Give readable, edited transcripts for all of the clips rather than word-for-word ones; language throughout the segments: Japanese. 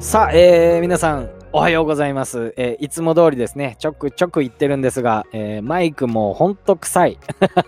さあ、皆さんおはようございます。いつも通りですね、ちょくちょく言ってるんですが、マイクもほんと臭い。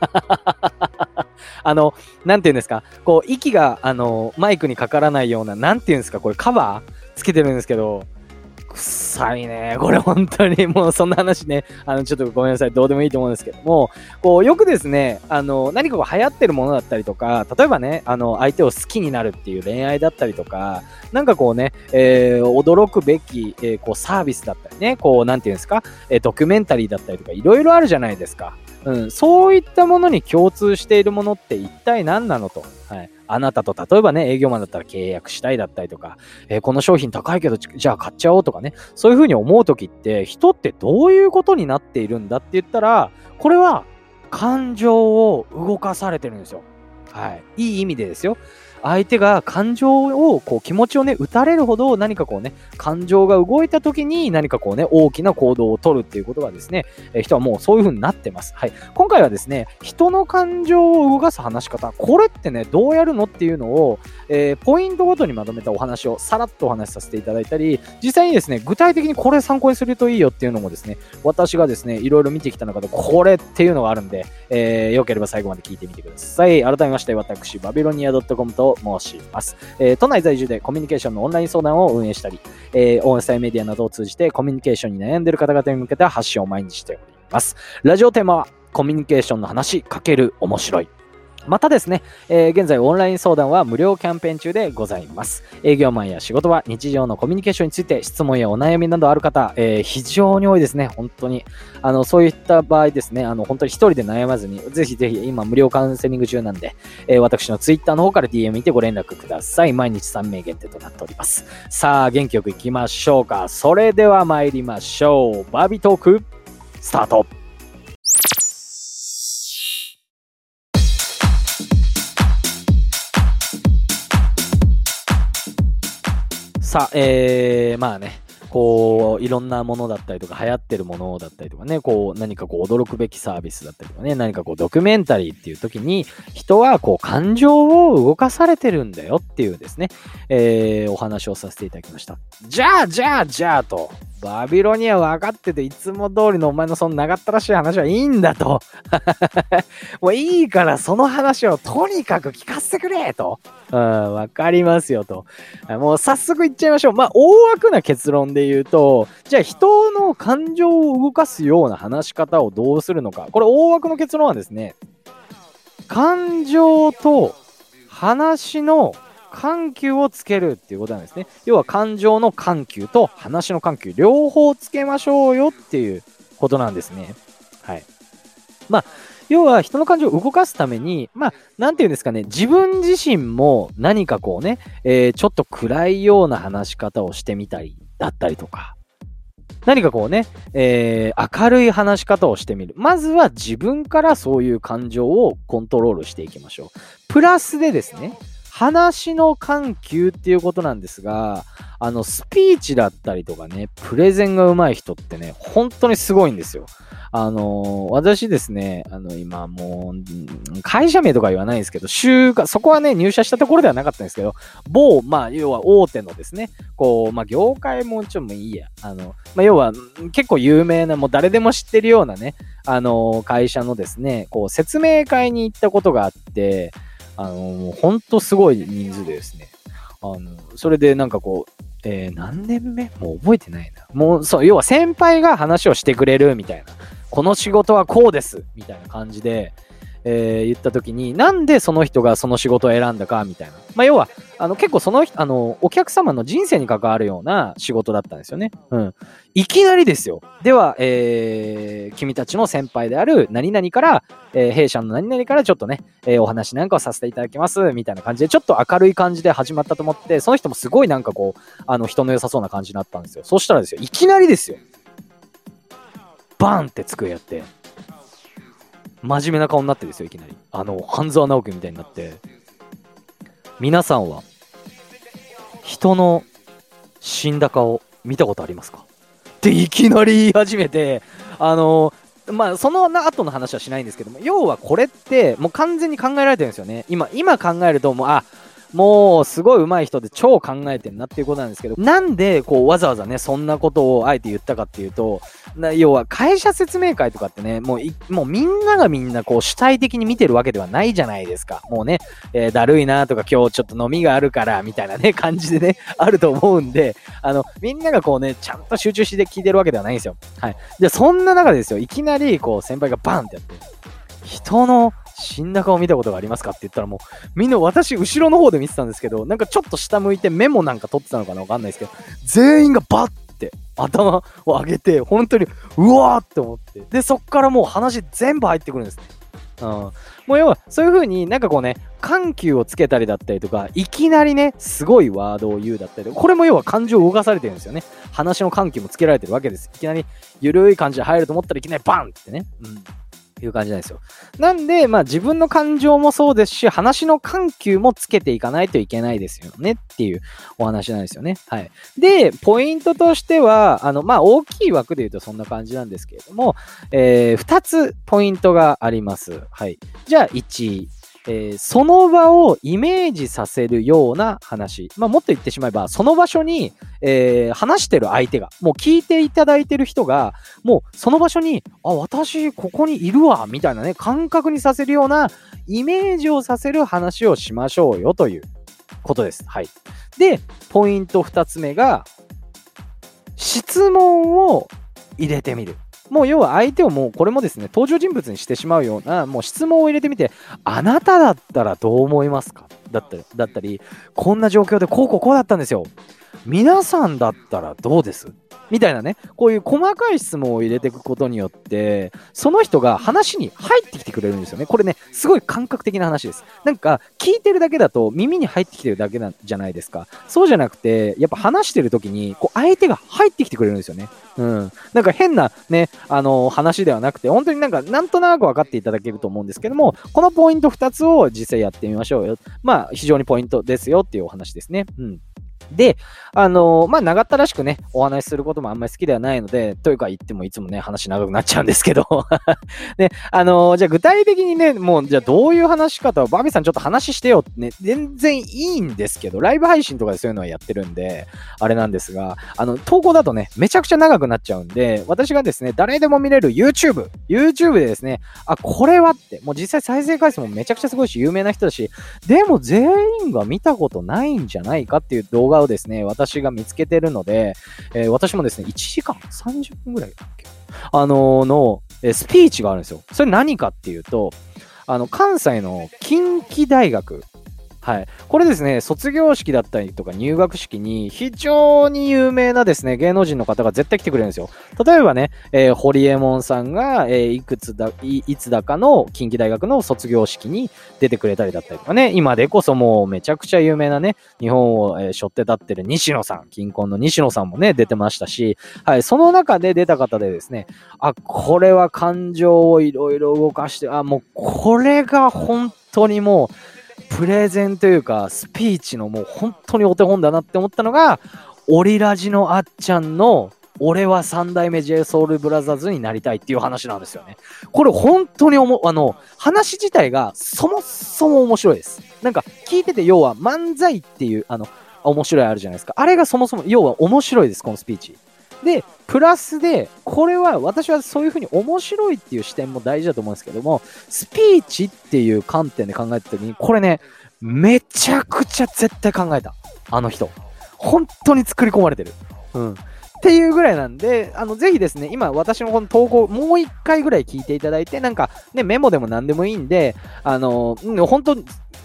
なんていうんですか、こう息がマイクにかからないような、なんていうんですか、これカバーつけてるんですけど、臭いね。これ本当にもうそんな話ね、ちょっとごめんなさい、どうでもいいと思うんですけども、こうよくですね、何かこう流行ってるものだったりとか、例えばね、相手を好きになるっていう恋愛だったりとか、なんかこうね、驚くべき、こうサービスだったりね、こうなんていうんですか、ドキュメンタリーだったりとか、いろいろあるじゃないですか。そういったものに共通しているものって一体何なのと。はい。あなたと例えばね、営業マンだったら契約したいだったりとか、この商品高いけど、じゃあ買っちゃおうとかね、そういうふうに思うときって、人ってどういうことになっているんだって言ったら、これは感情を動かされてるんですよ。はい。いい意味でですよ。相手が感情をこう気持ちをね打たれるほど何かこうね感情が動いた時に何かこうね大きな行動を取るっていうことがですね、人はもうそういう風になってます。はい。今回はですね人の感情を動かす話し方、これってねどうやるのっていうのを、ポイントごとにまとめたお話をさらっとお話しさせていただいたり、実際にですね具体的にこれ参考にするといいよっていうのもですね私がですねいろいろ見てきた中でこれっていうのがあるんで、よければ最後まで聞いてみてください。改めまして私バビロニア .com と申します。都内在住でコミュニケーションのオンライン相談を運営したり、音声メディアなどを通じてコミュニケーションに悩んでいる方々に向けた発信を毎日しております。ラジオテーマはコミュニケーションの話×面白い。またですね、現在オンライン相談は無料キャンペーン中でございます。営業マンや仕事場、日常のコミュニケーションについて質問やお悩みなどある方、非常に多いですね。本当に。そういった場合ですね、本当に一人で悩まずに、ぜひぜひ今無料カウンセリング中なんで、私のツイッターの方から DM 見てご連絡ください。毎日3名限定となっております。さあ、元気よくいきましょうか。それでは参りましょう。バービートーク、スタート。さあ、まあね、こう、いろんなものだったりとか、流行ってるものだったりとかね、こう、何かこう、驚くべきサービスだったりとかね、何かこう、ドキュメンタリーっていう時に、人はこう、感情を動かされてるんだよっていうですね、お話をさせていただきました。じゃあと、バビロニア分かってて、いつも通りのお前のその長ったらしい話はいいんだと。もういいからその話をとにかく聞かせてくれと。わかりますよと。もう早速いっちゃいましょう。まあ、大枠な結論で言うと、じゃあ人の感情を動かすような話し方をどうするのか。これ大枠の結論はですね、感情と話の緩急をつけるっていうことなんですね。要は感情の緩急と話の緩急両方つけましょうよっていうことなんですね。はい。まあ要は人の感情を動かすために、まあ、なんていうんですかね、自分自身も何かこうね、ちょっと暗いような話し方をしてみたりだったりとか、何かこうね、明るい話し方をしてみる。まずは自分からそういう感情をコントロールしていきましょう。プラスでですね、話の緩急っていうことなんですが、スピーチだったりとかね、プレゼンが上手い人ってね、本当にすごいんですよ。私ですね、今もう、会社名とか言わないんですけど、そこはね、入社したところではなかったんですけど、まあ、要は大手のですね、こう、まあ、業界もちょっといいや。まあ、要は、結構有名な、もう誰でも知ってるようなね、会社のですね、こう、説明会に行ったことがあって、ほんとすごい人数でですね、それでなんかこう、何年目もう覚えてないな。もう、そう、要は先輩が話をしてくれるみたいな。この仕事はこうですみたいな感じで、言った時に、なんでその人がその仕事を選んだかみたいな。まあ、要は、結構その人、お客様の人生に関わるような仕事だったんですよね。うん。いきなりですよ。では、君たちの先輩である何々から、弊社の何々からちょっとね、お話なんかをさせていただきます、みたいな感じで、ちょっと明るい感じで始まったと思って、その人もすごいなんかこう、人の良さそうな感じになったんですよ。そしたらですよ、いきなりですよ。バーンって机やって、真面目な顔になってですよ、いきなり。半沢直樹みたいになって、皆さんは、人の死んだ顔見たことありますかっていきなり言い始めて、まあ、その後の話はしないんですけども、要はこれって、もう完全に考えられてるんですよね。今考えると、もう、 もうすごい上手い人で超考えてんなっていうことなんですけど、なんでこうわざわざねそんなことをあえて言ったかっていうと、要は会社説明会とかってね、もうみんながみんなこう主体的に見てるわけではないじゃないですか。もうね、だるいなとか今日ちょっと飲みがあるからみたいなね感じでねあると思うんで、みんながこうねちゃんと集中して聞いてるわけではないんですよ。はい。でそんな中でですよ、いきなりこう先輩がバンってやって、人の死んだ顔見たことがありますかって言ったら、もうみんな、私後ろの方で見てたんですけど、なんかちょっと下向いてメモなんか取ってたのかな、わかんないですけど、全員がバッて頭を上げて、本当にうわーって思って、でそっからもう話全部入ってくるんですね。もう要はそういう風になんかこうね、緩急をつけたりだったりとか、いきなりねすごいワードを言うだったりとか、これも要は感情を動かされてるんですよね。話の緩急もつけられてるわけです。いきなりゆるい感じで入ると思ったらいきなりバンってね、いう感じなんですよ。なんで、まあ自分の感情もそうですし、話の緩急もつけていかないといけないですよねっていうお話なんですよね。はい。で、ポイントとしては、まあ大きい枠で言うとそんな感じなんですけれども、2つポイントがあります。はい。じゃあ1、その場をイメージさせるような話。まあもっと言ってしまえば、その場所に、話してる相手が、もう聞いていただいてる人が、もうその場所に、あ、私ここにいるわ、みたいなね、感覚にさせるようなイメージをさせる話をしましょうよということです。はい。で、ポイント2つ目が、質問を入れてみる。もう要は相手をもうこれもですね、登場人物にしてしまうような、もう質問を入れてみて、あなただったらどう思いますかだったり、こんな状況でこうだったんですよ。皆さんだったらどうですみたいなね、こういう細かい質問を入れていくことによって、その人が話に入ってきてくれるんですよね。これね、すごい感覚的な話です。なんか、聞いてるだけだと耳に入ってきてるだけなんじゃないですか。そうじゃなくて、やっぱ話してる時に、こう、相手が入ってきてくれるんですよね。なんか変なね、話ではなくて、本当になんか、なんとなく分かっていただけると思うんですけども、このポイント2つを実際やってみましょうよ。まあ、非常にポイントですよっていうお話ですね。で、まあ、長ったらしくね、お話しすることもあんまり好きではないので、というか言ってもいつもね、話長くなっちゃうんですけど、ね、じゃあ具体的にね、もう、じゃあどういう話し方を、バービーさんちょっと話してよってね、全然いいんですけど、ライブ配信とかでそういうのはやってるんで、あれなんですが、投稿だとね、めちゃくちゃ長くなっちゃうんで、私がですね、誰でも見れる YouTube でですね、あ、これはって、もう実際再生回数もめちゃくちゃすごいし、有名な人だし、でも全員が見たことないんじゃないかっていう動画をですね、私が見つけてるので、私もですね、1時間30分ぐらいだっけスピーチがあるんですよ。それ何かっていうと、関西の近畿大学、はい。これですね、卒業式だったりとか入学式に非常に有名なですね、芸能人の方が絶対来てくれるんですよ。例えばね、ホリエモンさんが、いつだかの近畿大学の卒業式に出てくれたりだったりとかね、今でこそもうめちゃくちゃ有名なね、日本を、背負って立ってる西野さん、近婚の西野さんもね、出てましたし、はい、その中で出た方でですね、あ、これは感情をいろいろ動かして、あ、もうこれが本当にもう、プレゼンというかスピーチのもう本当にお手本だなって思ったのが、オリラジのあっちゃんの俺は三代目 JSOULBROTHERS になりたいっていう話なんですよね。これ本当に話自体がそもそも面白いです。なんか聞いてて、要は漫才っていう面白いあるじゃないですか。あれがそもそも要は面白いです、このスピーチ。で、プラスで、これは私はそういう風に面白いっていう視点も大事だと思うんですけども、スピーチっていう観点で考えた時に、これね、めちゃくちゃ絶対考えた。あの人。本当に作り込まれてる。っていうぐらいなんで、ぜひですね、今私のこの投稿、もう一回ぐらい聞いていただいて、なんかね、メモでも何でもいいんで、本当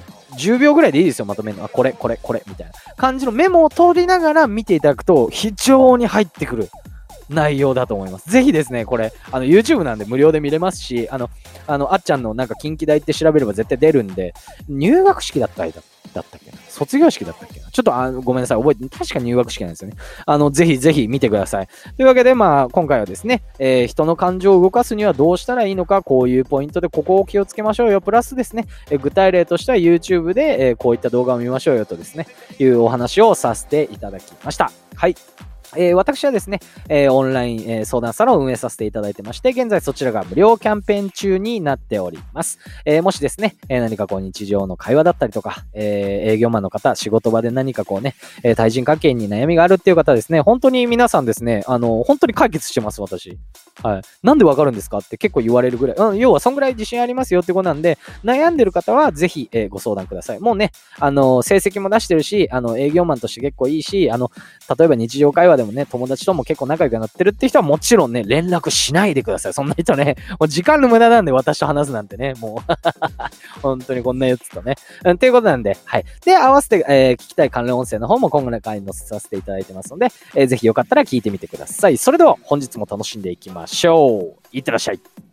10秒ぐらいでいいですよ、まとめるの。あ、これ、みたいな感じのメモを取りながら見ていただくと、非常に入ってくる内容だと思います。ぜひですね、これ、YouTube なんで無料で見れますし、あっちゃんのなんか近畿大って調べれば絶対出るんで、入学式だったっけな、卒業式だったっけな、ちょっとごめんなさい、覚えて、確か入学式なんですよね。ぜひぜひ見てください。というわけで、まあ、今回はですね、人の感情を動かすにはどうしたらいいのか、こういうポイントでここを気をつけましょうよ。プラスですね、具体例としては YouTube で、こういった動画を見ましょうよとですね、いうお話をさせていただきました。はい。 私はですね、オンライン、相談サロンを運営させていただいてまして、現在そちらが無料キャンペーン中になっております。もしですね、何かこう日常の会話だったりとか、営業マンの方、仕事場で何かこうね、対人関係に悩みがあるっていう方ですね、本当に皆さんですね、本当に解決してます、私。はい。なんでわかるんですかって結構言われるぐらい、要はそんぐらい自信ありますよってことなんで、悩んでる方はぜひ、ご相談ください。もうね、成績も出してるし、営業マンとして結構いいし、例えば日常会話でもね、友達とも結構仲良くなってるって人はもちろんね、連絡しないでください。そんな人ね、もう時間の無駄なんで私と話すなんてね、もう本当にこんなやつとね。っていうことなんで、はい。で、合わせて、聞きたい関連音声の方も今回に載せさせていただいてますので、ぜひよかったら聞いてみてください。それでは本日も楽しんでいきましょう。いってらっしゃい。